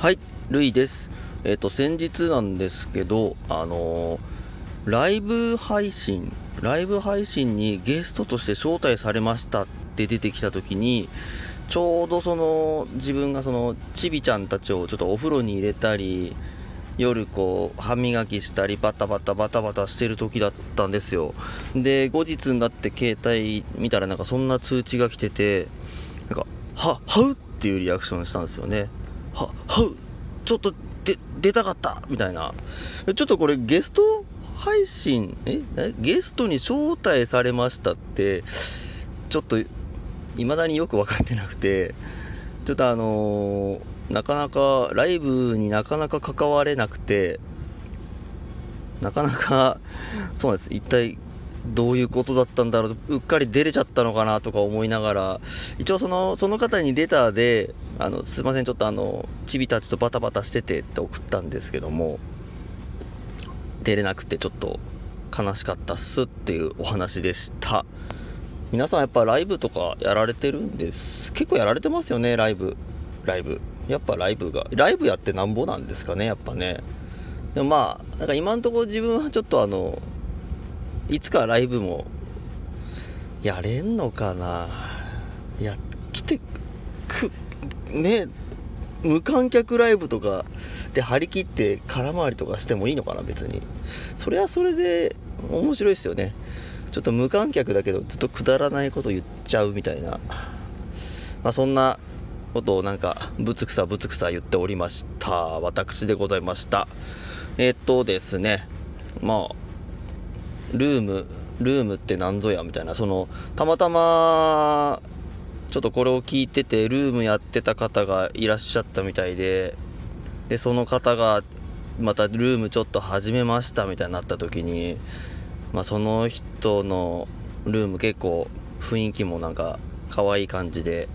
はい、ルイです。先日なんですけど、ライブ配信にゲストとして招待されましたって出てきた時に、ちょうど自分がちびちゃんたちをちょっとお風呂に入れたり、夜歯磨きしたりバタバタしてる時だったんですよ。で、後日になって携帯見たらそんな通知が来てて、はうっていうリアクションしたんですよね。はうちょっと出たかったみたいな。ちょっとこれゲスト配信ゲストに招待されましたって、ちょっと未だによく分かってなくて、ちょっとなかなかライブに関われなくて、そうです、一体どういうことだったんだろう、うっかり出れちゃったのかなとか思いながら、一応その方にレターで、すいません、ちょっとチビたちとバタバタしててって送ったんですけども、出れなくてちょっと悲しかったっすっていうお話でした。皆さんやっぱライブとかやられてるんです？結構やられてますよね。ライブやっぱライブやってなんぼなんですかね、やっぱね。でも今のところ自分はちょっといつかライブもやれんのかな。来てね、無観客ライブとかで張り切って空回りとかしてもいいのかな。別にそれはそれで面白いですよね。ちょっと無観客だけどずっとくだらないこと言っちゃうみたいな、そんなことをぶつくさ言っておりました。私でございました。ですね、ルームってなんぞやみたいな、たまたまちょっとこれを聞いててルームやってた方がいらっしゃったみたいで、その方がまたルームちょっと始めましたみたいになった時に、その人のルーム結構雰囲気も可愛い感じで、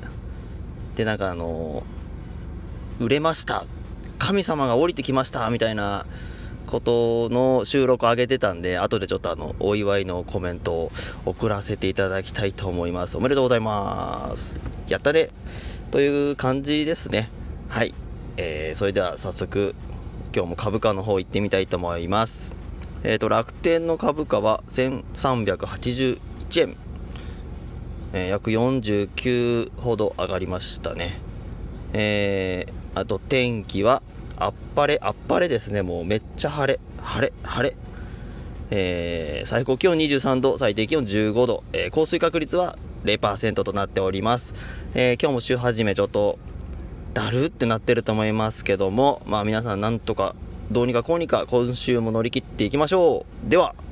売れました、神様が降りてきましたみたいなことの収録を上げてたんで、後でちょっとお祝いのコメントを送らせていただきたいと思います。おめでとうございます。やったねという感じですね。はい、それでは早速今日も株価の方行ってみたいと思います。楽天の株価は1381円、約49ほど上がりましたね。あと天気はあっぱれですね。もうめっちゃ晴れ、最高気温23度、最低気温15度、降水確率は 0% となっております。今日も週始めちょっとだるってなってると思いますけども、皆さんなんとかどうにかこうにか今週も乗り切っていきましょう。では。